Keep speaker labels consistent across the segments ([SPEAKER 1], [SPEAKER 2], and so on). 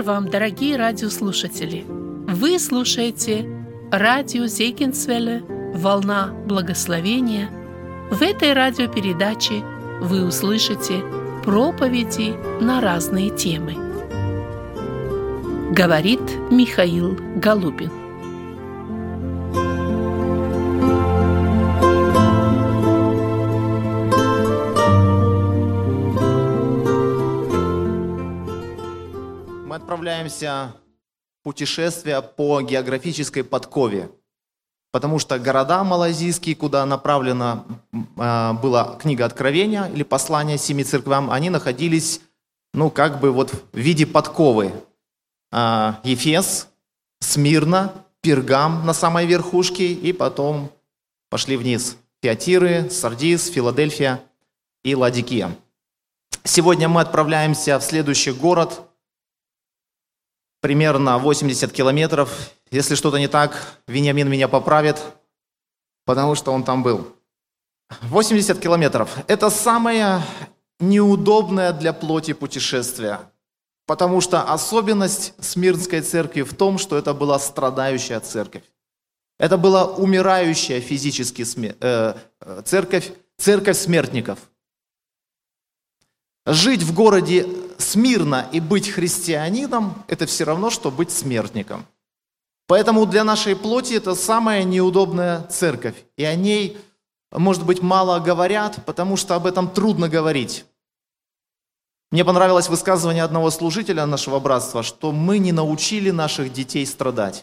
[SPEAKER 1] вам, дорогие радиослушатели! Вы слушаете радио Зегенсвелле «Волна благословения». В этой радиопередаче вы услышите проповеди на разные темы. Говорит Михаил Голубин.
[SPEAKER 2] Мы отправляемся в путешествие по географической подкове, потому что города малайзийские, куда направлена была книга Откровения или послание семи церквям, они находились, в виде подковы. Ефес, Смирна, Пергам на самой верхушке, и потом пошли вниз. Тиатиры, Сардис, Филадельфия и Ладикия. Сегодня мы отправляемся в следующий город, примерно 80 километров. Если что-то не так, Вениамин меня поправит, потому что он там был. 80 километров. Это самое неудобное для плоти путешествие, потому что особенность Смирнской церкви в том, что это была страдающая церковь. Это была умирающая физически церковь смертников. Жить в городе Смирна и быть христианином – это все равно, что быть смертником. Поэтому для нашей плоти это самая неудобная церковь. И о ней, может быть, мало говорят, потому что об этом трудно говорить. Мне понравилось высказывание одного служителя нашего братства, что мы не научили наших детей страдать.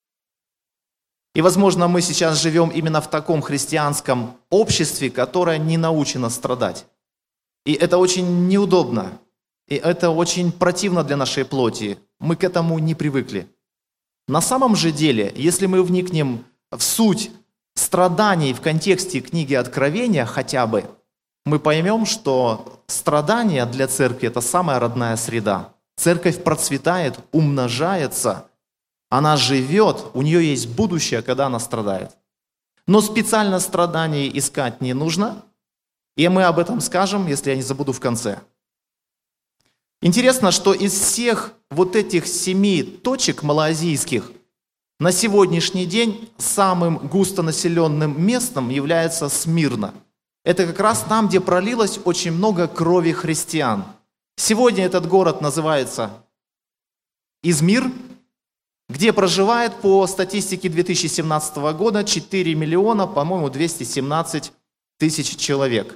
[SPEAKER 2] И, возможно, мы сейчас живем именно в таком христианском обществе, которое не научено страдать. И это очень неудобно. И это очень противно для нашей плоти. Мы к этому не привыкли. На самом же деле, если мы вникнем в суть страданий в контексте книги Откровения хотя бы, мы поймем, что страдания для церкви – это самая родная среда. Церковь процветает, умножается, она живет, у нее есть будущее, когда она страдает. Но специально страданий искать не нужно, и мы об этом скажем, если я не забуду, в конце. Интересно, что из всех вот этих 7 точек малайзийских на сегодняшний день самым густонаселенным местом является Смирна. Это как раз там, где пролилось очень много крови христиан. Сегодня этот город называется Измир, где проживает по статистике 2017 года 4 миллиона, по-моему, 217 тысяч человек.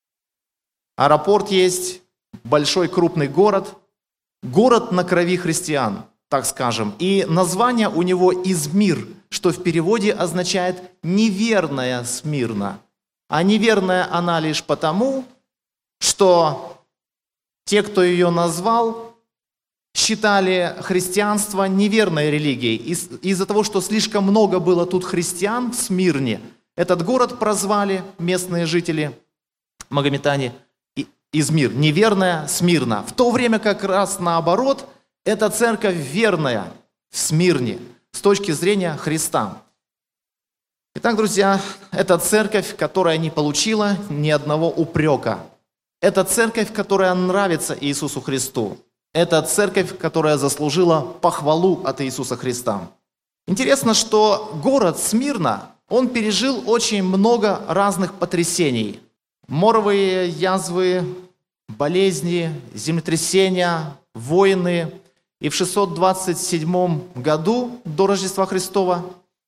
[SPEAKER 2] Аэропорт есть, большой крупный город на крови христиан, так скажем. И название у него Измир, что в переводе означает «неверная Смирна». А неверная она лишь потому, что те, кто ее назвал, считали христианство неверной религией. Из-за того, что слишком много было тут христиан в Смирне, этот город прозвали местные жители, магометане, Измир, неверная Смирна. В то время как раз наоборот, эта церковь верная в Смирне с точки зрения Христа. Итак, друзья, это церковь, которая не получила ни одного упрека. Это церковь, которая нравится Иисусу Христу. Это церковь, которая заслужила похвалу от Иисуса Христа. Интересно, что город Смирна, он пережил очень много разных потрясений. Моровые язвы, болезни, землетрясения, войны. И в 627 году до Рождества Христова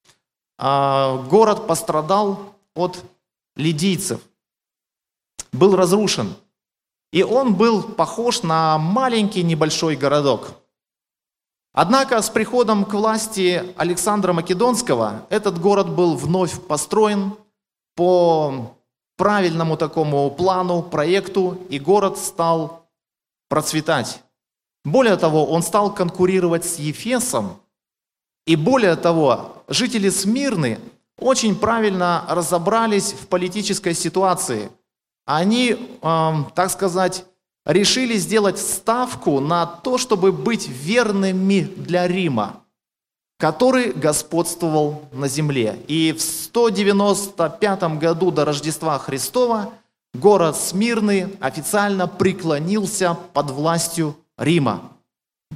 [SPEAKER 2] город пострадал от лидийцев, был разрушен. И он был похож на маленький небольшой городок. Однако с приходом к власти Александра Македонского этот город был вновь построен по правильному такому плану, проекту, и город стал процветать. Более того, он стал конкурировать с Ефесом. И более того, жители Смирны очень правильно разобрались в политической ситуации. Они, так сказать, решили сделать ставку на то, чтобы быть верными для Рима, который господствовал на земле. И в 195 году до Рождества Христова город Смирны официально преклонился под властью Рима.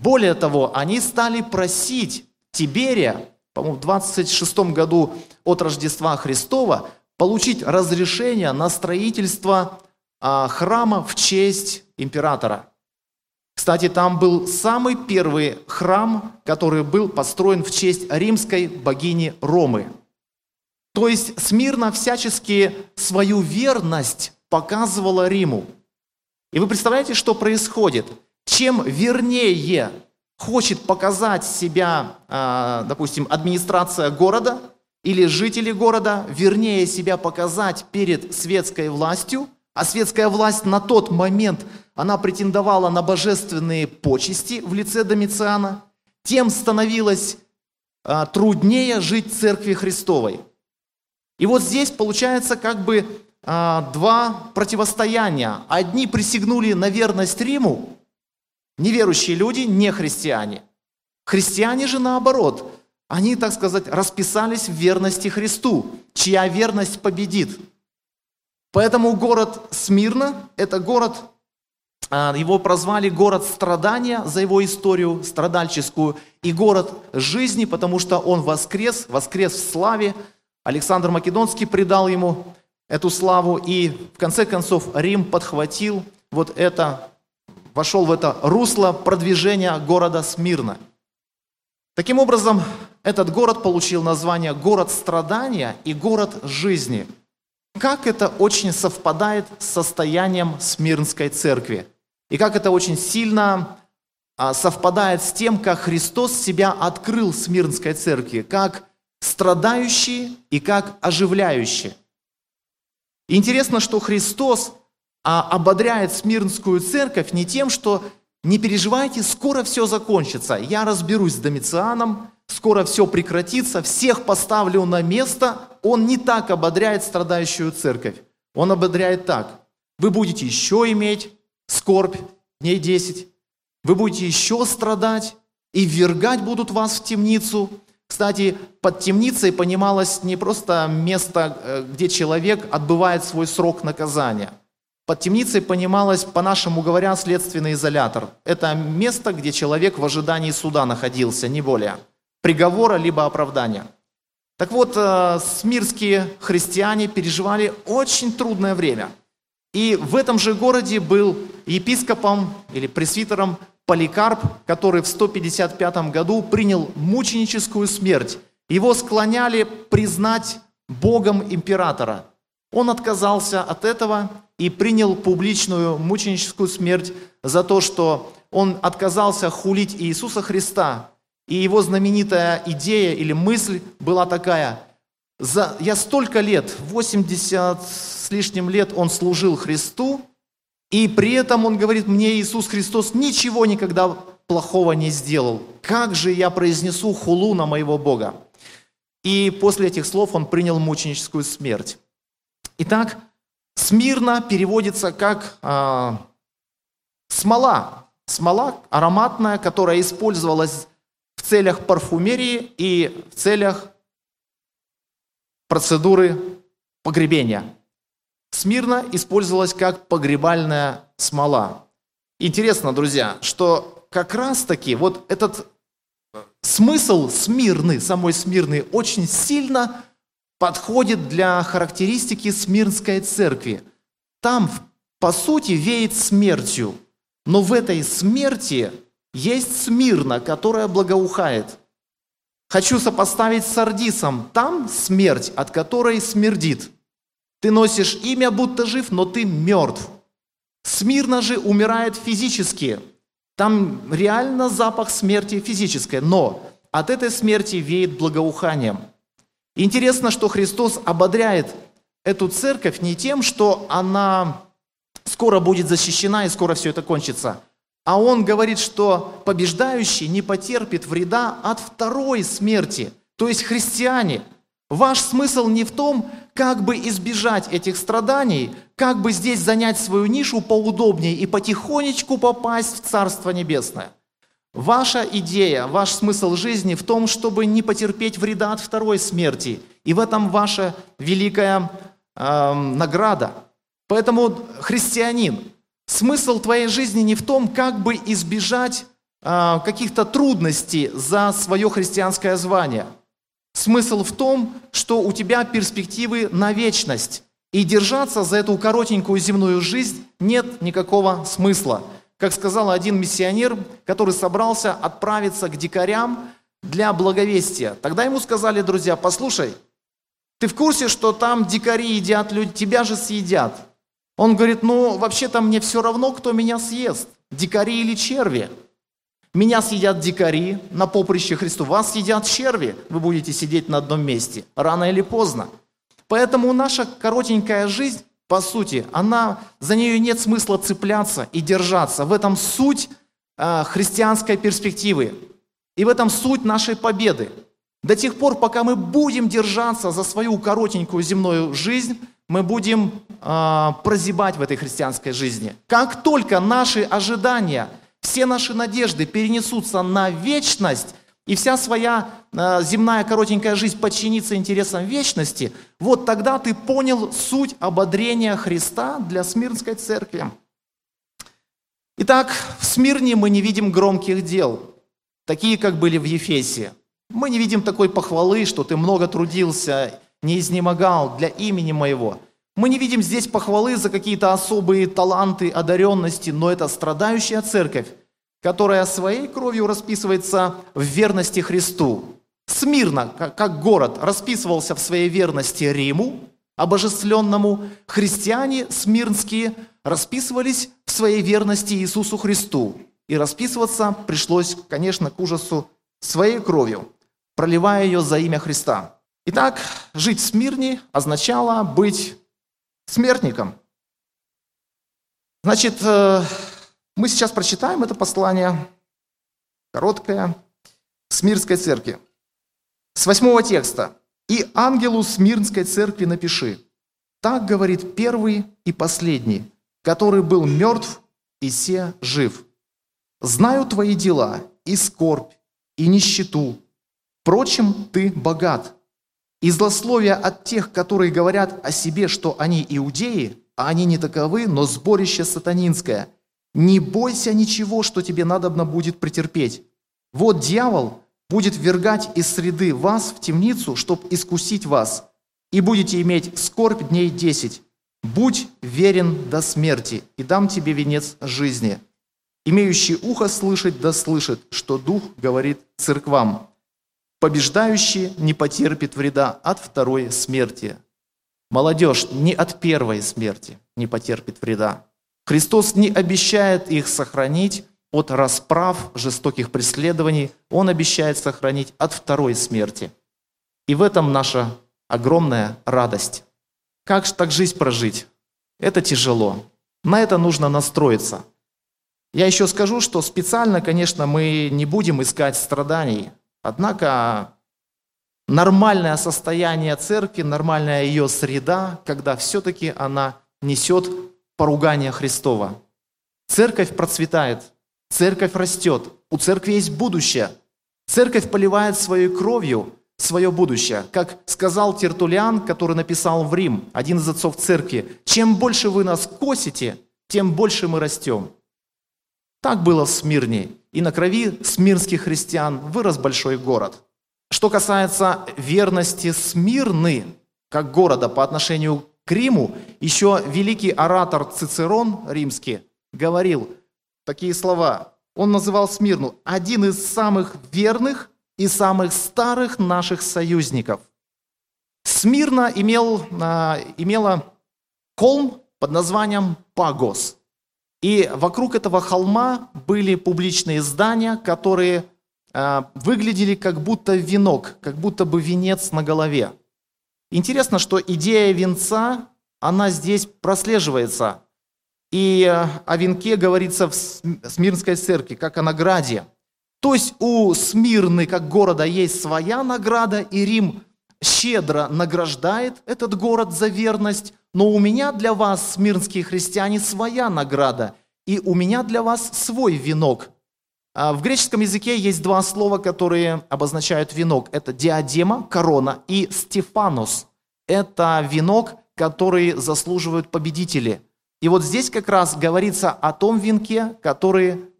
[SPEAKER 2] Более того, они стали просить Тиберия, по-моему, в 26 году от Рождества Христова, получить разрешение на строительство храма в честь императора. Кстати, там был самый первый храм, который был построен в честь римской богини Ромы. То есть Смирна всячески свою верность показывала Риму. И вы представляете, что происходит? Чем вернее хочет показать себя, допустим, администрация города или жители города, вернее себя показать перед светской властью, а светская власть на тот момент, она претендовала на божественные почести в лице Домициана, тем становилось труднее жить в Церкви Христовой. И вот здесь получается как бы два противостояния. Одни присягнули на верность Риму, неверующие люди, не христиане. Христиане же наоборот, они, так сказать, расписались в верности Христу, чья верность победит. Поэтому город Смирна, это город, его прозвали город страдания за его историю страдальческую, и город жизни, потому что он воскрес в славе. Александр Македонский придал ему эту славу, и в конце концов Рим подхватил вот это, вошел в это русло продвижения города Смирна. Таким образом, этот город получил название город страдания и город жизни. Как это очень совпадает с состоянием Смирнской церкви. И как это очень сильно совпадает с тем, как Христос себя открыл в Смирнской церкви, как страдающий и как оживляющий. И интересно, что Христос ободряет Смирнскую церковь не тем, что не переживайте, скоро все закончится, я разберусь с Домицианом, скоро все прекратится, всех поставлю на место. Он не так ободряет страдающую церковь. Он ободряет так: вы будете еще иметь скорбь дней 10, вы будете еще страдать, и ввергать будут вас в темницу. Кстати, под темницей понималось не просто место, где человек отбывает свой срок наказания. Под темницей понималось, по-нашему говоря, следственный изолятор. Это место, где человек в ожидании суда находился, не более. Приговора либо оправдания. Так вот, смирнские христиане переживали очень трудное время. И в этом же городе был епископом или пресвитером Поликарп, который в 155 году принял мученическую смерть. Его склоняли признать Богом императора. Он отказался от этого и принял публичную мученическую смерть за то, что он отказался хулить Иисуса Христа. И его знаменитая идея или мысль была такая: я столько лет, 80 с лишним лет он служил Христу, и при этом он говорит: мне Иисус Христос ничего никогда плохого не сделал. Как же я произнесу хулу на моего Бога? И после этих слов он принял мученическую смерть. Итак, Смирна переводится как смола. Смола ароматная, которая использовалась в целях парфюмерии и в целях процедуры погребения. Смирна использовалась как погребальная смола. Интересно, друзья, что как раз-таки вот этот смысл Смирны, самой Смирны, очень сильно подходит для характеристики Смирнской церкви. Там, по сути, веет смертью, но в этой смерти есть Смирна, которая благоухает. Хочу сопоставить с Сардисом. Там смерть, от которой смердит. Ты носишь имя, будто жив, но ты мертв. Смирна же умирает физически. Там реально запах смерти физической, но от этой смерти веет благоуханием. Интересно, что Христос ободряет эту церковь не тем, что она скоро будет защищена и скоро все это кончится, а Он говорит, что побеждающий не потерпит вреда от второй смерти. То есть христиане, ваш смысл не в том, как бы избежать этих страданий, как бы здесь занять свою нишу поудобнее и потихонечку попасть в Царство Небесное. Ваша идея, ваш смысл жизни в том, чтобы не потерпеть вреда от второй смерти. И в этом ваша великая награда. Поэтому, христианин, смысл твоей жизни не в том, как бы избежать каких-то трудностей за свое христианское звание. Смысл в том, что у тебя перспективы на вечность. И держаться за эту коротенькую земную жизнь нет никакого смысла. Как сказал один миссионер, который собрался отправиться к дикарям для благовестия. Тогда ему сказали друзья: послушай, ты в курсе, что там дикари едят люди, тебя же съедят? Он говорит: ну, вообще-то мне все равно, кто меня съест, дикари или черви. Меня съедят дикари на поприще Христу, вас съедят черви, вы будете сидеть на одном месте, рано или поздно. Поэтому наша коротенькая жизнь, по сути, за нее нет смысла цепляться и держаться. В этом суть христианской перспективы. И в этом суть нашей победы. До тех пор, пока мы будем держаться за свою коротенькую земную жизнь, мы будем прозябать в этой христианской жизни. Как только наши ожидания, все наши надежды перенесутся на вечность, и вся своя земная коротенькая жизнь подчинится интересам вечности, вот тогда ты понял суть ободрения Христа для Смирнской церкви. Итак, в Смирне мы не видим громких дел, такие, как были в Ефесе. Мы не видим такой похвалы, что ты много трудился, не изнемогал для имени моего. Мы не видим здесь похвалы за какие-то особые таланты, одаренности, но это страдающая церковь, которая своей кровью расписывается в верности Христу. Смирна, как город, расписывался в своей верности Риму, обожествленному. Христиане смирнские расписывались в своей верности Иисусу Христу. И расписываться пришлось, конечно, к ужасу своей кровью, проливая ее за имя Христа. Итак, жить в Смирне означало быть смертником. Значит, мы сейчас прочитаем это послание, короткое, Смирнской церкви. С 8 текста. «И ангелу Смирнской церкви напиши: так говорит первый и последний, который был мертв и се жив. Знаю твои дела, и скорбь, и нищету. Впрочем, ты богат. И злословие от тех, которые говорят о себе, что они иудеи, а они не таковы, но сборище сатанинское. Не бойся ничего, что тебе надобно будет претерпеть. Вот дьявол будет ввергать из среды вас в темницу, чтоб искусить вас, и будете иметь скорбь дней 10. Будь верен до смерти, и дам тебе венец жизни. Имеющий ухо слышать, да слышит, что Дух говорит церквам. Побеждающий не потерпит вреда от второй смерти». Молодежь не от первой смерти не потерпит вреда. Христос не обещает их сохранить от расправ, жестоких преследований. Он обещает сохранить от второй смерти. И в этом наша огромная радость. Как же так жизнь прожить? Это тяжело. На это нужно настроиться. Я еще скажу, что специально, конечно, мы не будем искать страданий. Однако нормальное состояние церкви, нормальная ее среда, когда все-таки она несет поругание Христова. Церковь процветает, церковь растет, у церкви есть будущее. Церковь поливает своей кровью свое будущее. Как сказал Тертуллиан, который написал в Рим, один из отцов церкви: чем больше вы нас косите, тем больше мы растем. Так было в Смирне, и на крови смирнских христиан вырос большой город. Что касается верности Смирны, как города по отношению к Риму, еще великий оратор Цицерон римский говорил такие слова. Он называл Смирну один из самых верных и самых старых наших союзников. Смирна имела холм под названием Пагос. И вокруг этого холма были публичные здания, которые выглядели как будто венок, как будто бы венец на голове. Интересно, что идея венца, она здесь прослеживается. И о венке говорится в Смирнской церкви, как о награде. То есть у Смирны, как города, есть своя награда, и Рим щедро награждает этот город за верность. Но у меня для вас, смирнские христиане, своя награда, и у меня для вас свой венок. В греческом языке есть два слова, которые обозначают венок. Это диадема, корона, и стефанос. Это венок, который заслуживают победители. И вот здесь как раз говорится о том венке, который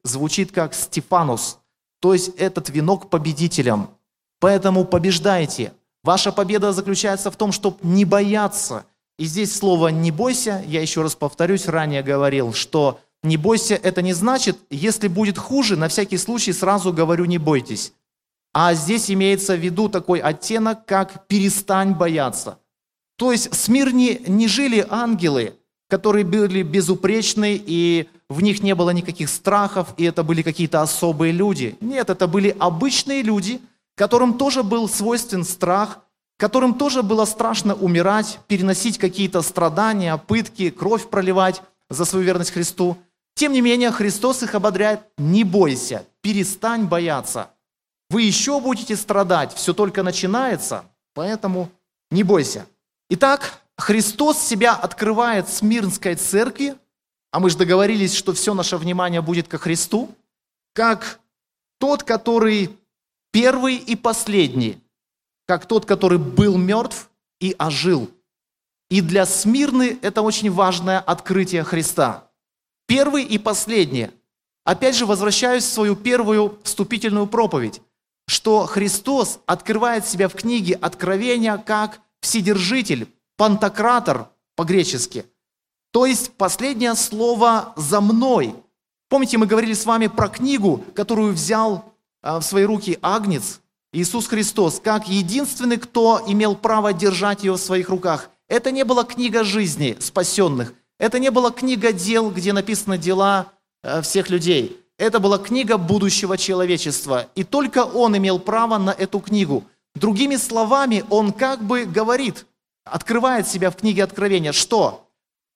[SPEAKER 2] звучит как Стефанус, то есть этот венок победителям. Поэтому побеждайте. Ваша победа заключается в том, чтобы не бояться. И здесь слово «не бойся», я еще раз повторюсь, ранее говорил, что «не бойся» это не значит, если будет хуже, на всякий случай сразу говорю «не бойтесь». А здесь имеется в виду такой оттенок, как «перестань бояться». То есть в Смирне не жили ангелы, которые были безупречны, и в них не было никаких страхов, и это были какие-то особые люди. Нет, это были обычные люди, которым тоже был свойствен страх, которым тоже было страшно умирать, переносить какие-то страдания, пытки, кровь проливать за свою верность Христу. Тем не менее, Христос их ободряет: не бойся, перестань бояться. Вы еще будете страдать, все только начинается, поэтому не бойся. Итак, Христос себя открывает Смирнской церкви, а мы же договорились, что все наше внимание будет ко Христу, как тот, который первый и последний, как тот, который был мертв и ожил. И для Смирны это очень важное открытие Христа. Первый и последний. Опять же, возвращаюсь в свою первую вступительную проповедь, что Христос открывает себя в книге Откровения как Вседержитель, Пантократор по-гречески. То есть последнее слово «за мной». Помните, мы говорили с вами про книгу, которую взял в свои руки Агнец, Иисус Христос, как единственный, кто имел право держать ее в своих руках. Это не была книга жизни спасенных, это не была книга дел, где написаны дела всех людей. Это была книга будущего человечества, и только Он имел право на эту книгу. Другими словами, Он как бы говорит, открывает себя в книге Откровения, что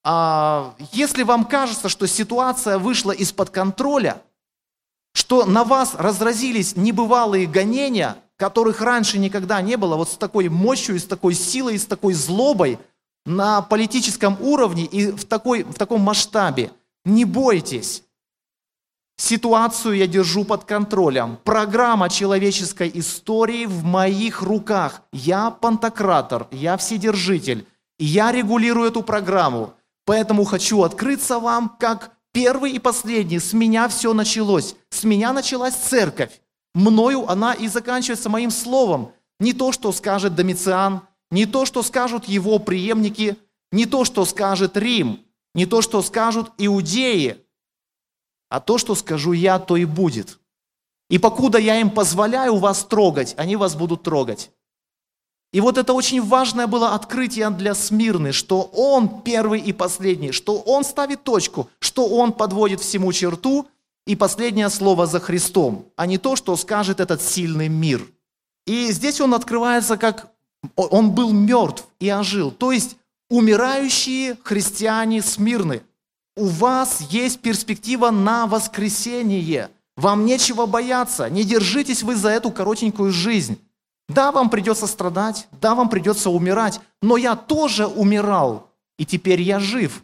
[SPEAKER 2] если вам кажется, что ситуация вышла из-под контроля, что на вас разразились небывалые гонения, которых раньше никогда не было, вот с такой мощью, с такой силой, с такой злобой на политическом уровне и в таком масштабе, не бойтесь. Ситуацию я держу под контролем. Программа человеческой истории в моих руках. Я Пантократор, я Вседержитель, и я регулирую эту программу. Поэтому хочу открыться вам как первый и последний. С меня все началось. С меня началась церковь. Мною она и заканчивается моим словом. Не то, что скажет Домициан, не то, что скажут его преемники, не то, что скажет Рим, не то, что скажут иудеи, а то, что скажу я, то и будет. И покуда я им позволяю вас трогать, они вас будут трогать. И вот это очень важное было открытие для Смирны, что он первый и последний, что он ставит точку, что он подводит всему черту, и последнее слово за Христом, а не то, что скажет этот сильный мир. И здесь он открывается как он был мертв и ожил, то есть умирающие христиане Смирны. У вас есть перспектива на воскресение. Вам нечего бояться. Не держитесь вы за эту коротенькую жизнь. Да, вам придется страдать, да, вам придется умирать, но я тоже умирал, и теперь я жив.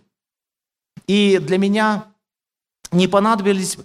[SPEAKER 2] И для меня не понадобилось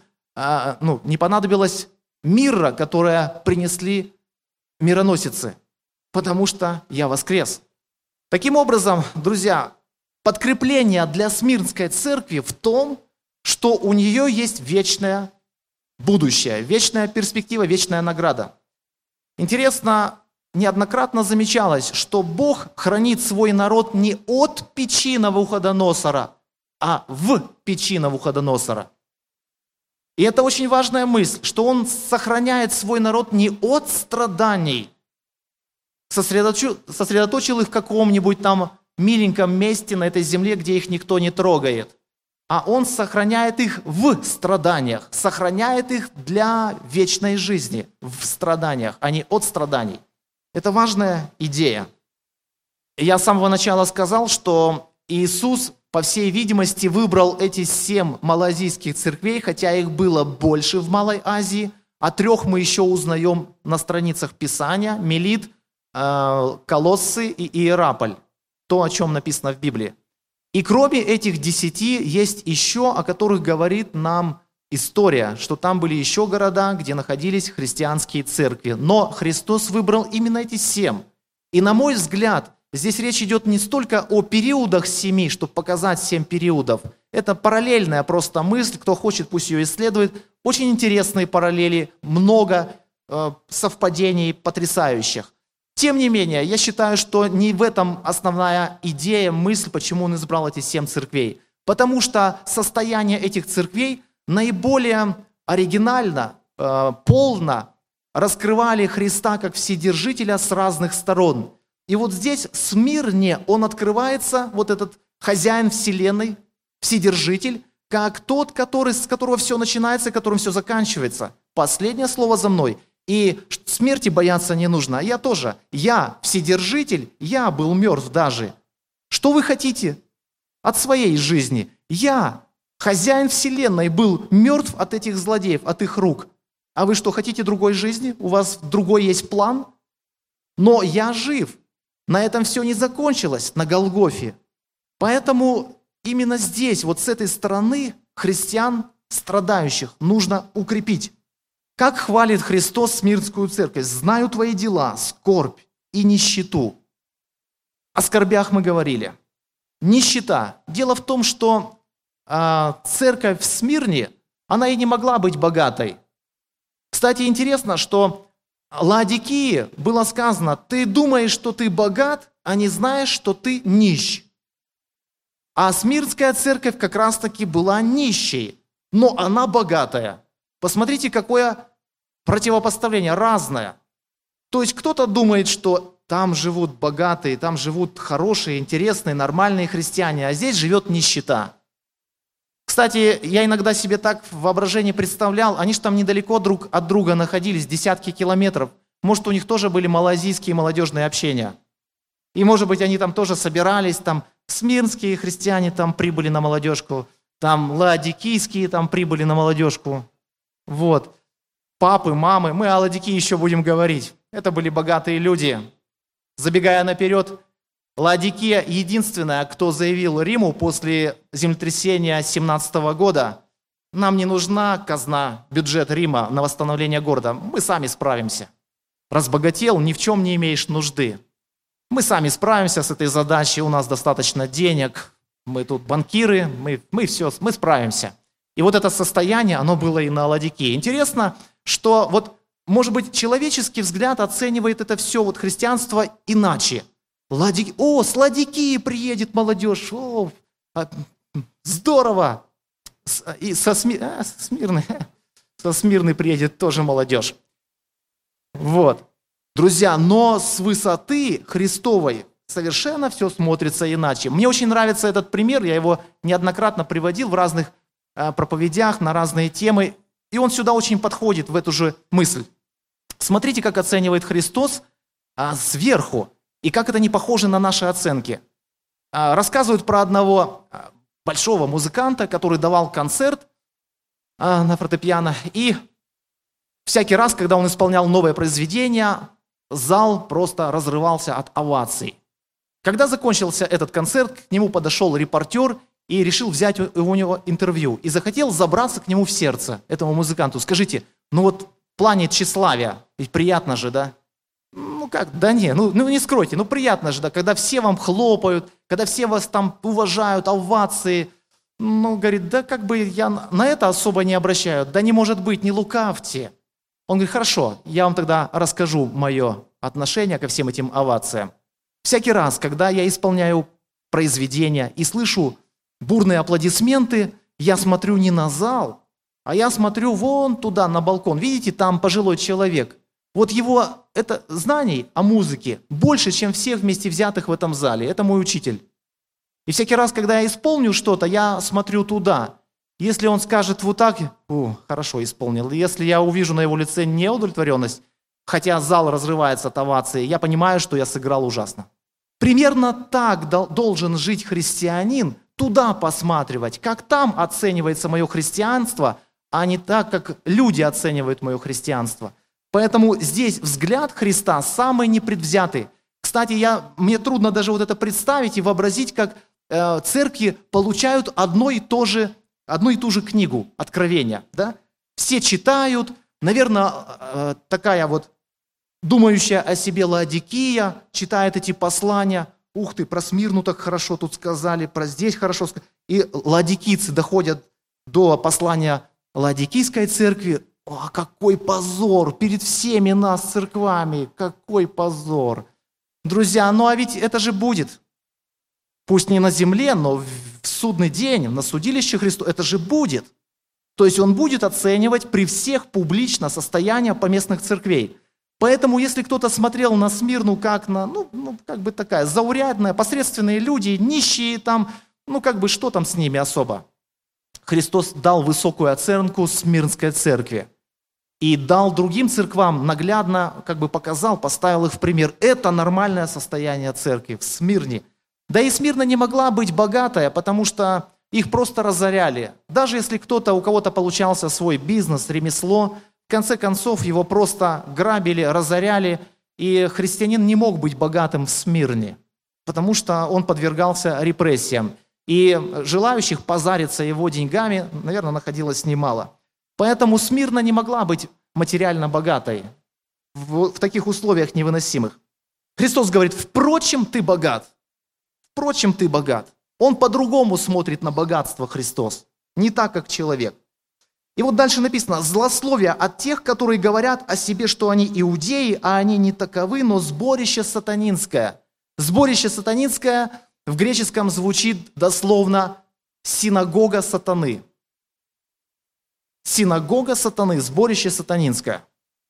[SPEAKER 2] мира, которое принесли мироносицы, потому что я воскрес. Таким образом, друзья, подкрепление для Смирнской церкви в том, что у нее есть вечное будущее, вечная перспектива, вечная награда. Интересно, неоднократно замечалось, что Бог хранит свой народ не от печи Навуходоносора, а в печи Навуходоносора. И это очень важная мысль, что Он сохраняет свой народ не от страданий, сосредоточил их в каком-нибудь там миленьком месте на этой земле, где их никто не трогает, а Он сохраняет их в страданиях, сохраняет их для вечной жизни в страданиях, а не от страданий. Это важная идея. Я с самого начала сказал, что Иисус, по всей видимости, выбрал эти 7 малоазийских церквей, хотя их было больше в Малой Азии. О 3 мы еще узнаем на страницах Писания: Мелит, Колоссы и Иераполь. То, о чем написано в Библии. И кроме этих 10 есть еще, о которых говорит нам история, что там были еще города, где находились христианские церкви. Но Христос выбрал именно эти 7. И на мой взгляд, здесь речь идет не столько о периодах 7, чтобы показать 7 периодов. Это параллельная просто мысль, кто хочет, пусть ее исследует. Очень интересные параллели, много совпадений потрясающих. Тем не менее, я считаю, что не в этом основная идея, мысль, почему он избрал эти 7 церквей. Потому что состояние этих церквей наиболее оригинально, полно раскрывали Христа как Вседержителя с разных сторон. И вот здесь, в Смирне, он открывается, вот этот хозяин вселенной, Вседержитель, как тот, с которого все начинается, которым все заканчивается. Последнее слово за мной. И смерти бояться не нужно. А я тоже. Я Вседержитель, я был мертв даже. Что вы хотите от своей жизни? Я, хозяин вселенной, был мертв от этих злодеев, от их рук. А вы что, хотите другой жизни? У вас другой есть план? Но я жив. На этом все не закончилось, на Голгофе. Поэтому именно здесь, вот с этой стороны, христиан, страдающих, нужно укрепить. Как хвалит Христос Смирнскую церковь? «Знаю твои дела, скорбь и нищету». О скорбях мы говорили. Нищета. Дело в том, что церковь в Смирне, она и не могла быть богатой. Кстати, интересно, что Лаодикии было сказано: «Ты думаешь, что ты богат, а не знаешь, что ты нищ». А Смирнская церковь как раз-таки была нищей, но она богатая. Посмотрите, какое противопоставление, разное. То есть кто-то думает, что там живут богатые, там живут хорошие, интересные, нормальные христиане, а здесь живет нищета. Кстати, я иногда себе так в воображении представлял, они же там недалеко друг от друга находились, десятки километров. Может, у них тоже были малазийские молодежные общения. И, может быть, они там тоже собирались, там смирнские христиане там прибыли на молодежку, там лаодикийские там прибыли на молодежку. Вот. Папы, мамы, мы о Лаодикии еще будем говорить. Это были богатые люди. Забегая наперед, Лаодикия единственная, кто заявил Риму после землетрясения 17 года: нам не нужна казна, бюджет Рима на восстановление города, мы сами справимся. Разбогател, ни в чем не имеешь нужды. Мы сами справимся с этой задачей, у нас достаточно денег, мы тут банкиры, мы справимся. И вот это состояние, оно было и на Лаодикее. Интересно, что вот, может быть, человеческий взгляд оценивает это все, вот христианство, иначе. С Лаодикии приедет молодежь, здорово. И со Смирны приедет тоже молодежь. Вот. Друзья, но с высоты Христовой совершенно все смотрится иначе. Мне очень нравится этот пример, я его неоднократно приводил в разных проповедях на разные темы, и он сюда очень подходит, в эту же мысль. Смотрите, как оценивает Христос сверху, и как это не похоже на наши оценки. Рассказывают про одного большого музыканта, который давал концерт на фортепиано, и всякий раз, когда он исполнял новое произведение, зал просто разрывался от оваций. Когда закончился этот концерт, к нему подошел репортер и решил взять у него интервью. И захотел забраться к нему в сердце, этому музыканту. Скажите, ну вот в плане тщеславия, ведь приятно же, да? Ну как, да не, ну не скройте, ну приятно же, да, когда все вам хлопают, когда все вас там уважают, овации. Ну, говорит, да как бы я на это особо не обращаю. Да не может быть, не лукавьте. Он говорит, хорошо, я вам тогда расскажу мое отношение ко всем этим овациям. Всякий раз, когда я исполняю произведение и слышу бурные аплодисменты, я смотрю не на зал, а я смотрю вон туда, на балкон. Видите, там пожилой человек. Вот его знаний о музыке больше, чем всех вместе взятых в этом зале. Это мой учитель. И всякий раз, когда я исполню что-то, я смотрю туда. Если он скажет вот так, хорошо исполнил. Если я увижу на его лице неудовлетворенность, хотя зал разрывается от овации, я понимаю, что я сыграл ужасно. Примерно так должен жить христианин, туда посматривать, как там оценивается мое христианство, а не так, как люди оценивают мое христианство. Поэтому здесь взгляд Христа самый непредвзятый. Кстати, мне трудно даже вот это представить и вообразить, как церкви получают одну и ту же книгу Откровения. Да? Все читают, наверное, такая вот думающая о себе Лаодикия читает эти послания. ух ты, про Смирну так хорошо тут сказали, про здесь хорошо сказали. И ладикийцы доходят до послания Ладикийской церкви. О, какой позор перед всеми нас церквами, какой позор. Друзья, ну а ведь это же будет. Пусть не на земле, но в судный день, на судилище Христу, это же будет. То есть Он будет оценивать при всех публично состояние поместных церквей. Поэтому, если кто-то смотрел на Смирну как на, как бы такая заурядная, посредственные люди, нищие там, что там с ними особо? Христос дал высокую оценку Смирнской церкви. И дал другим церквам, наглядно показал, поставил их в пример. Это нормальное состояние церкви в Смирне. Да и Смирна не могла быть богатая, потому что их просто разоряли. Даже если у кого-то получался свой бизнес, ремесло, в конце концов его просто грабили, разоряли, и христианин не мог быть богатым в Смирне, потому что он подвергался репрессиям. И желающих позариться его деньгами, наверное, находилось немало. Поэтому Смирна не могла быть материально богатой в таких условиях невыносимых. Христос говорит: впрочем, ты богат. Впрочем, ты богат. Он по-другому смотрит на богатство, Христос, не так, как человек. И вот дальше написано: злословие от тех, которые говорят о себе, что они иудеи, а они не таковы, но сборище сатанинское. Сборище сатанинское в греческом звучит дословно «синагога сатаны». Синагога сатаны, сборище сатанинское.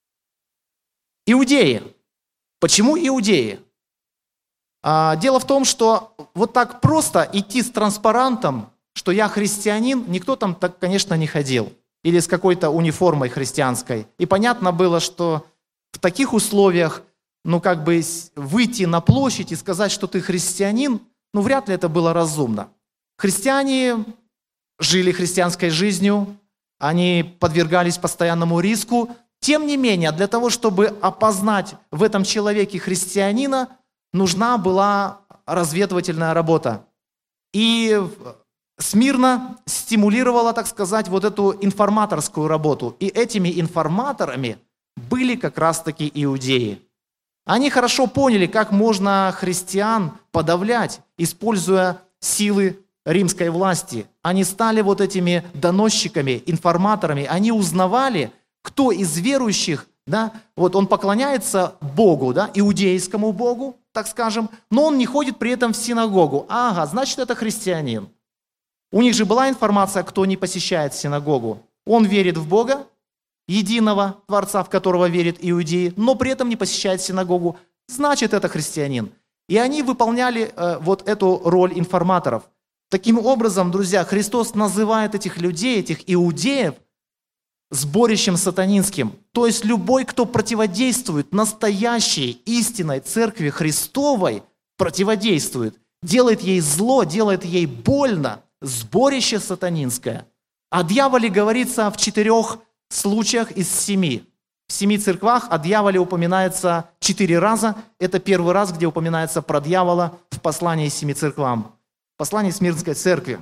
[SPEAKER 2] Иудеи. Почему иудеи? Дело в том, что вот так просто идти с транспарантом, что я христианин, никто там так, конечно, не ходил. Или с какой-то униформой христианской. И понятно было, что в таких условиях, выйти на площадь и сказать, что ты христианин, вряд ли это было разумно. Христиане жили христианской жизнью, они подвергались постоянному риску. Тем не менее, для того, чтобы опознать в этом человеке христианина, нужна была разведывательная работа. И Смирна стимулировала, так сказать, вот эту информаторскую работу. И этими информаторами были как раз-таки иудеи. Они хорошо поняли, как можно христиан подавлять, используя силы римской власти. Они стали вот этими доносчиками, информаторами. Они узнавали, кто из верующих, вот он поклоняется Богу, иудейскому Богу, так скажем, но он не ходит при этом в синагогу. Ага, значит, это христианин. У них же была информация, кто не посещает синагогу. Он верит в Бога, единого Творца, в которого верят иудеи, но при этом не посещает синагогу. Значит, это христианин. И они выполняли вот эту роль информаторов. Таким образом, друзья, Христос называет этих людей, этих иудеев, сборищем сатанинским. То есть любой, кто противодействует настоящей истинной церкви Христовой, противодействует, делает ей зло, делает ей больно, сборище сатанинское. О дьяволе говорится в 4 случаях из 7. В 7 церквах о дьяволе упоминается 4 раза. Это первый раз, где упоминается про дьявола в послании 7 церквам. В послании Смирнской церкви.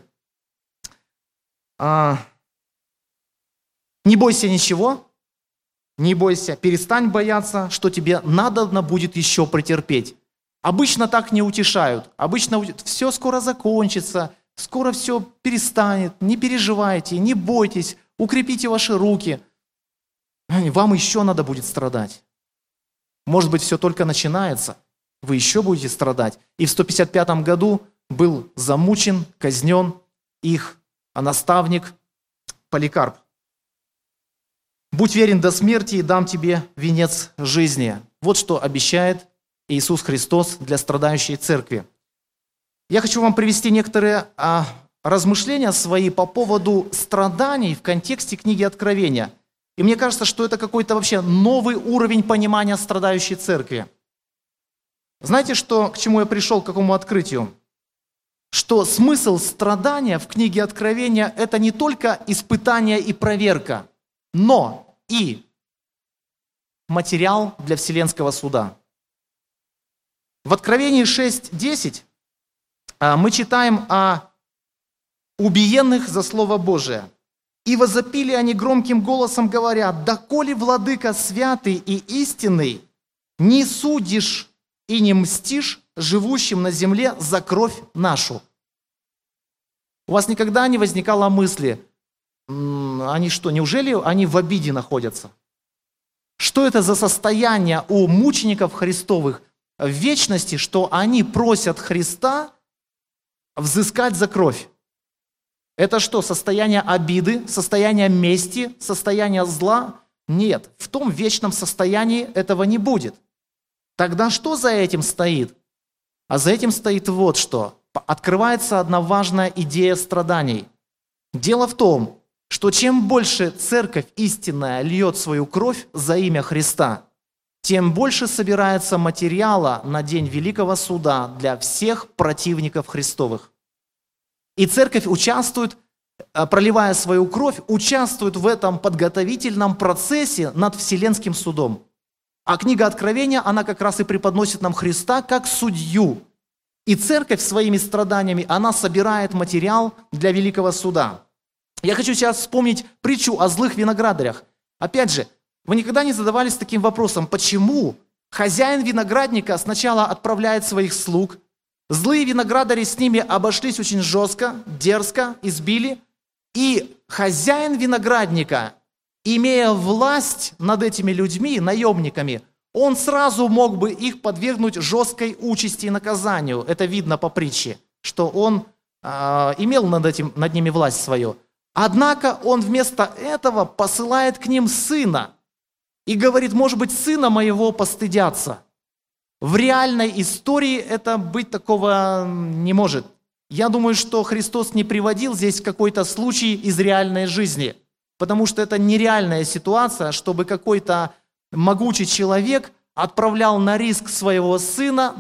[SPEAKER 2] Не бойся ничего, не бойся, перестань бояться, что тебе надобно будет еще претерпеть. Обычно так не утешают. Обычно все скоро закончится, скоро все перестанет. Не переживайте, не бойтесь, укрепите ваши руки. Вам еще надо будет страдать. Может быть, все только начинается. Вы еще будете страдать. И в 155 году был замучен, казнен их наставник Поликарп. «Будь верен до смерти, и дам тебе венец жизни». Вот что обещает Иисус Христос для страдающей церкви. Я хочу вам привести некоторые размышления свои по поводу страданий в контексте книги Откровения. И мне кажется, что это какой-то вообще новый уровень понимания страдающей церкви. Знаете, к чему я пришел, к какому открытию? Что смысл страдания в книге Откровения – это не только испытание и проверка, но и материал для вселенского суда. В Откровении 6:10 мы читаем о убиенных за Слово Божие. «И возопили они громким голосом, говоря: доколе, владыка святый и истинный, не судишь и не мстишь живущим на земле за кровь нашу». У вас никогда не возникало мысли, они что, неужели они в обиде находятся? Что это за состояние у мучеников Христовых в вечности, что они просят Христа взыскать за кровь? Это что, состояние обиды, состояние мести, состояние зла? Нет, в том вечном состоянии этого не будет. Тогда что за этим стоит? А за этим стоит вот что. Открывается одна важная идея страданий. Дело в том, что чем больше церковь истинная льет свою кровь за имя Христа, тем больше собирается материала на день Великого Суда для всех противников Христовых. И церковь участвует, проливая свою кровь, участвует в этом подготовительном процессе над Вселенским судом. А книга Откровения, она как раз и преподносит нам Христа как судью. И церковь своими страданиями, она собирает материал для Великого Суда. Я хочу сейчас вспомнить притчу о злых виноградарях. Опять же, вы никогда не задавались таким вопросом, почему хозяин виноградника сначала отправляет своих слуг, злые виноградари с ними обошлись очень жестко, дерзко, избили, и хозяин виноградника, имея власть над этими людьми, наемниками, он сразу мог бы их подвергнуть жесткой участи и наказанию. Это видно по притче, что он имел над ними власть свою. Однако он вместо этого посылает к ним сына и говорит, может быть, сына моего постыдятся. В реальной истории это быть такого не может. Я думаю, что Христос не приводил здесь какой-то случай из реальной жизни, потому что это нереальная ситуация, чтобы какой-то могучий человек отправлял на риск своего сына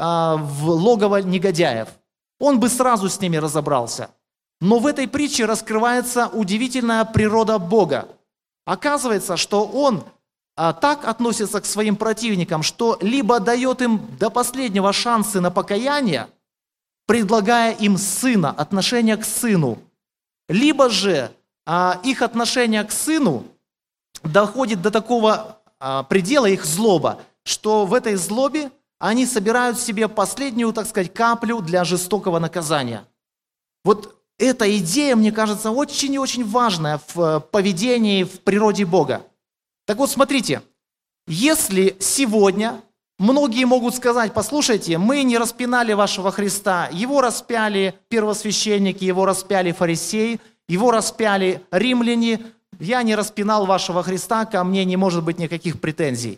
[SPEAKER 2] в логово негодяев. Он бы сразу с ними разобрался. Но в этой притче раскрывается удивительная природа Бога. Оказывается, что Он так относится к своим противникам, что либо дает им до последнего шансы на покаяние, предлагая им сына, отношение к сыну, либо же их отношение к сыну доходит до такого предела, их злоба, что в этой злобе они собирают в себе последнюю, так сказать, каплю для жестокого наказания. Вот эта идея, мне кажется, очень и очень важная в поведении, в природе Бога. Так вот, смотрите, если сегодня многие могут сказать, послушайте, мы не распинали вашего Христа, его распяли первосвященники, его распяли фарисеи, его распяли римляне, я не распинал вашего Христа, ко мне не может быть никаких претензий.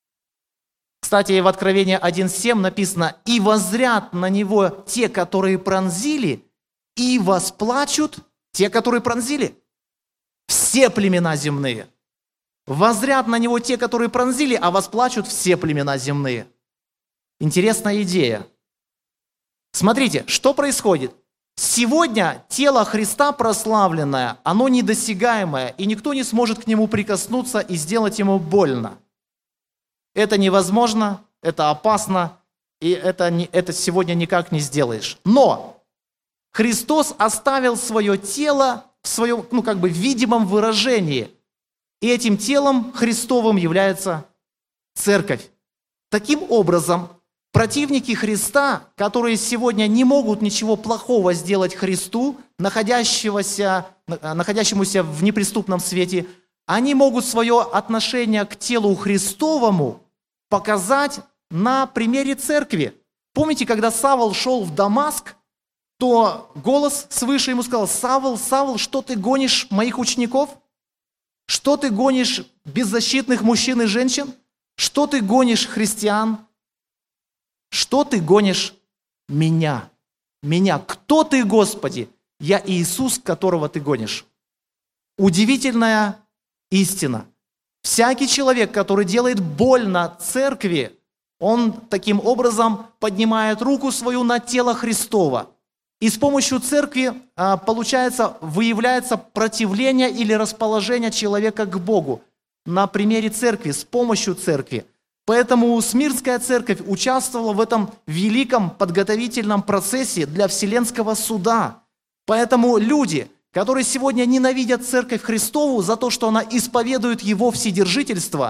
[SPEAKER 2] Кстати, в Откровении 1.7 написано, «И воззрят на него те, которые пронзили, и восплачут те, которые пронзили». Все племена земные. Воззрят на него те, которые пронзили, а восплачут все племена земные. Интересная идея. Смотрите, что происходит. Сегодня тело Христа прославленное, оно недосягаемое, и никто не сможет к нему прикоснуться и сделать ему больно. Это невозможно, это опасно, и это сегодня никак не сделаешь. Но Христос оставил свое тело в своем, видимом выражении, и этим телом Христовым является церковь. Таким образом, противники Христа, которые сегодня не могут ничего плохого сделать Христу, находящемуся в неприступном свете, они могут свое отношение к телу Христовому показать на примере церкви. Помните, когда Савл шел в Дамаск, то голос свыше ему сказал, «Савл, Савл, что ты гонишь моих учеников? Что ты гонишь беззащитных мужчин и женщин? Что ты гонишь христиан? Что ты гонишь меня? Меня. Кто ты, Господи? Я Иисус, которого ты гонишь». Удивительная истина. Всякий человек, который делает больно церкви, он таким образом поднимает руку свою на тело Христова. И с помощью церкви, выявляется противление или расположение человека к Богу. На примере церкви, с помощью церкви. Поэтому Смирнская церковь участвовала в этом великом подготовительном процессе для Вселенского суда. Поэтому люди, которые сегодня ненавидят церковь Христову за то, что она исповедует Его вседержительство,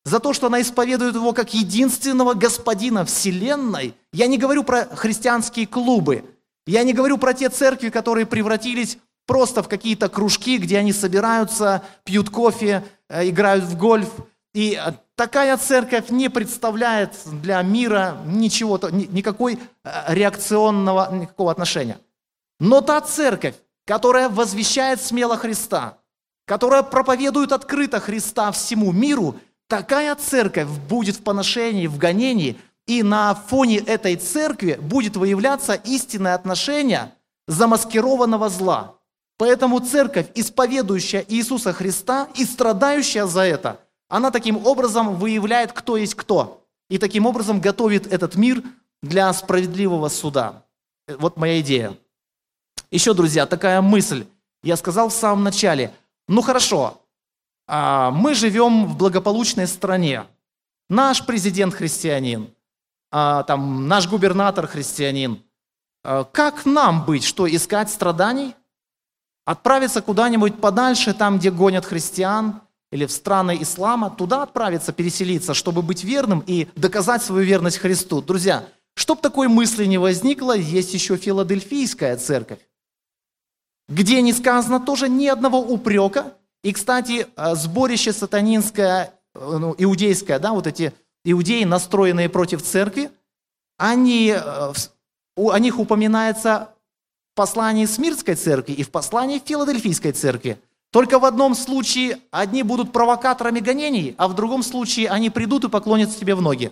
[SPEAKER 2] за то, что она исповедует Его как единственного Господина Вселенной. Я не говорю про христианские клубы, я не говорю про те церкви, которые превратились просто в какие-то кружки, где они собираются, пьют кофе, играют в гольф. И такая церковь не представляет для мира ничего, никакого отношения. Но та церковь, которая возвещает смело Христа, которая проповедует открыто Христа всему миру, такая церковь будет в поношении, в гонении, и на фоне этой церкви будет выявляться истинное отношение замаскированного зла. Поэтому церковь, исповедующая Иисуса Христа и страдающая за это, она таким образом выявляет, кто есть кто. И таким образом готовит этот мир для справедливого суда. Вот моя идея. Еще, друзья, такая мысль. Я сказал в самом начале. Ну хорошо, мы живем в благополучной стране. Наш президент христианин, наш губернатор христианин. Как нам быть? Что, искать страданий? Отправиться куда-нибудь подальше, там, где гонят христиан, или в страны ислама, туда отправиться, переселиться, чтобы быть верным и доказать свою верность Христу. Друзья, чтоб такой мысли не возникло, есть еще Филадельфийская церковь, где не сказано тоже ни одного упрека. И, кстати, сборище сатанинское, иудейское, вот эти иудеи, настроенные против церкви, о них упоминается в послании Смирнской церкви и в послании Филадельфийской церкви. Только в одном случае одни будут провокаторами гонений, а в другом случае они придут и поклонятся тебе в ноги.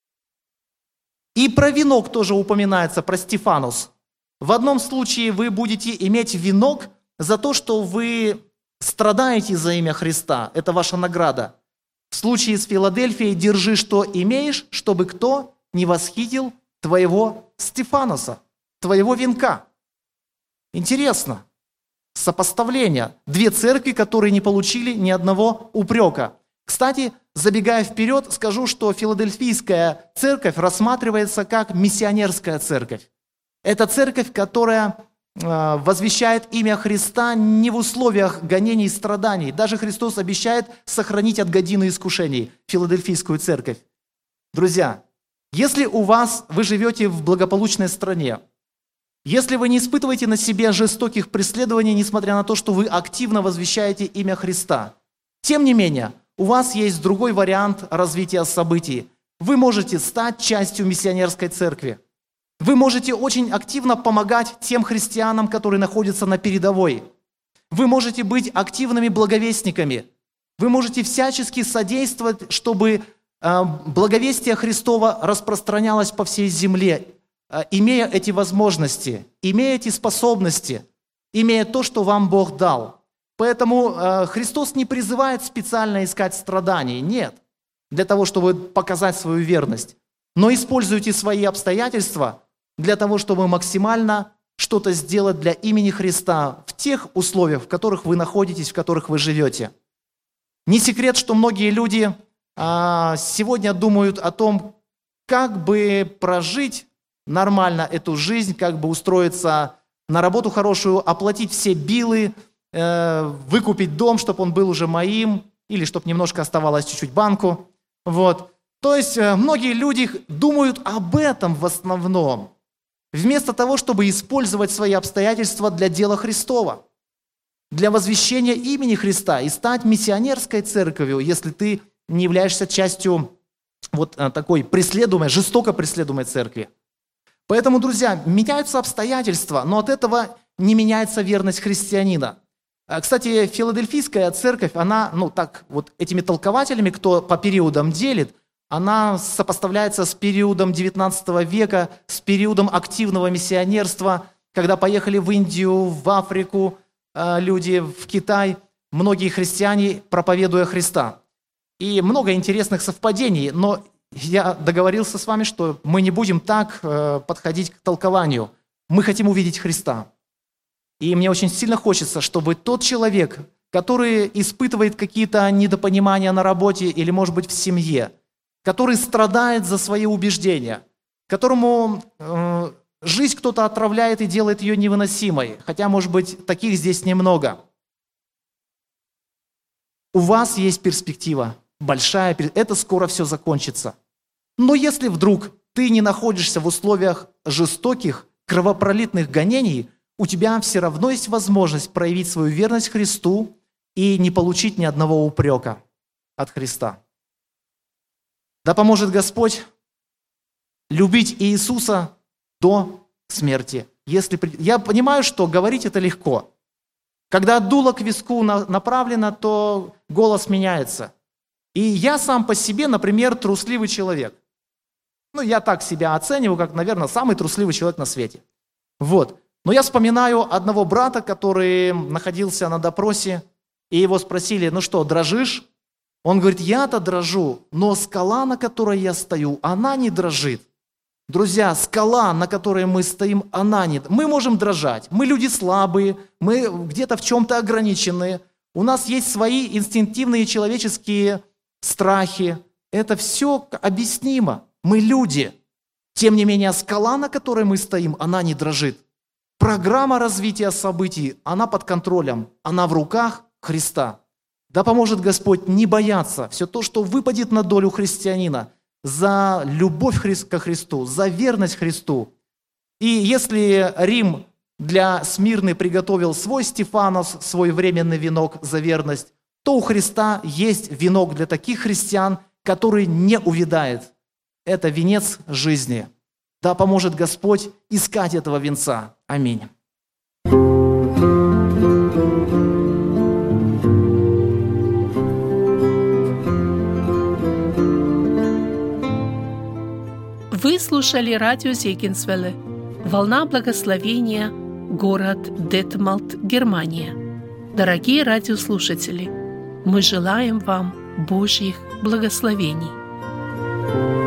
[SPEAKER 2] И про венок тоже упоминается, про Стефанус. В одном случае вы будете иметь венок за то, что вы страдаете за имя Христа. Это ваша награда. В случае с Филадельфией держи, что имеешь, чтобы кто не восхитил твоего Стефануса, твоего венка. Интересно. Сопоставление. Две церкви, которые не получили ни одного упрека. Кстати, забегая вперед, скажу, что Филадельфийская церковь рассматривается как миссионерская церковь. Это церковь, которая возвещает имя Христа не в условиях гонений и страданий. Даже Христос обещает сохранить от годины искушений Филадельфийскую церковь. Друзья, если вы живете в благополучной стране, если вы не испытываете на себе жестоких преследований, несмотря на то, что вы активно возвещаете имя Христа, тем не менее, у вас есть другой вариант развития событий. Вы можете стать частью миссионерской церкви. Вы можете очень активно помогать тем христианам, которые находятся на передовой. Вы можете быть активными благовестниками. Вы можете всячески содействовать, чтобы благовестие Христово распространялось по всей земле, имея эти возможности, имея эти способности, имея то, что вам Бог дал. Поэтому Христос не призывает специально искать страданий, нет, для того, чтобы показать свою верность. Но используйте свои обстоятельства для того, чтобы максимально что-то сделать для имени Христа в тех условиях, в которых вы находитесь, в которых вы живете. Не секрет, что многие люди сегодня думают о том, как бы прожить нормально эту жизнь, как бы устроиться на работу хорошую, оплатить все биллы, выкупить дом, чтобы он был уже моим, или чтобы немножко оставалось чуть-чуть банку. Вот. То есть многие люди думают об этом в основном, вместо того, чтобы использовать свои обстоятельства для дела Христова, для возвещения имени Христа и стать миссионерской церковью, если ты не являешься частью такой жестоко преследуемой церкви. Поэтому, друзья, меняются обстоятельства, но от этого не меняется верность христианина. Кстати, Филадельфийская церковь, она, этими толкователями, кто по периодам делит, она сопоставляется с периодом XIX века, с периодом активного миссионерства, когда поехали в Индию, в Африку люди, в Китай, многие христиане, проповедуя Христа. И много интересных совпадений, но я договорился с вами, что мы не будем так подходить к толкованию. Мы хотим увидеть Христа. И мне очень сильно хочется, чтобы тот человек, который испытывает какие-то недопонимания на работе или, может быть, в семье, который страдает за свои убеждения, которому жизнь кто-то отравляет и делает ее невыносимой, хотя, может быть, таких здесь немного. У вас есть перспектива. это скоро все закончится. Но если вдруг ты не находишься в условиях жестоких, кровопролитных гонений, у тебя все равно есть возможность проявить свою верность Христу и не получить ни одного упрека от Христа. Да поможет Господь любить Иисуса до смерти. Я понимаю, что говорить это легко. Когда дуло к виску направлено, то голос меняется. И я сам по себе, например, трусливый человек. Я так себя оцениваю, как, наверное, самый трусливый человек на свете. Вот. Но я вспоминаю одного брата, который находился на допросе, и его спросили: ну что, дрожишь? Он говорит: я-то дрожу, но скала, на которой я стою, она не дрожит. Друзья, скала, на которой мы стоим, она не... Мы можем дрожать, мы люди слабые, мы где-то в чем-то ограничены, у нас есть свои инстинктивные человеческие страхи. Это все объяснимо, мы люди. Тем не менее, скала, на которой мы стоим, она не дрожит. Программа развития событий, она под контролем, она в руках Христа. Да поможет Господь не бояться все то, что выпадет на долю христианина, за любовь ко Христу, за верность Христу. И если Рим для Смирны приготовил свой Стефанос, свой временный венок за верность, то у Христа есть венок для таких христиан, который не увядает. Это венец жизни. Да поможет Господь искать этого венца. Аминь.
[SPEAKER 1] Вы слушали радио Зегенсвелле «Волна благословения», город Детмалт, Германия. Дорогие радиослушатели, мы желаем вам Божьих благословений.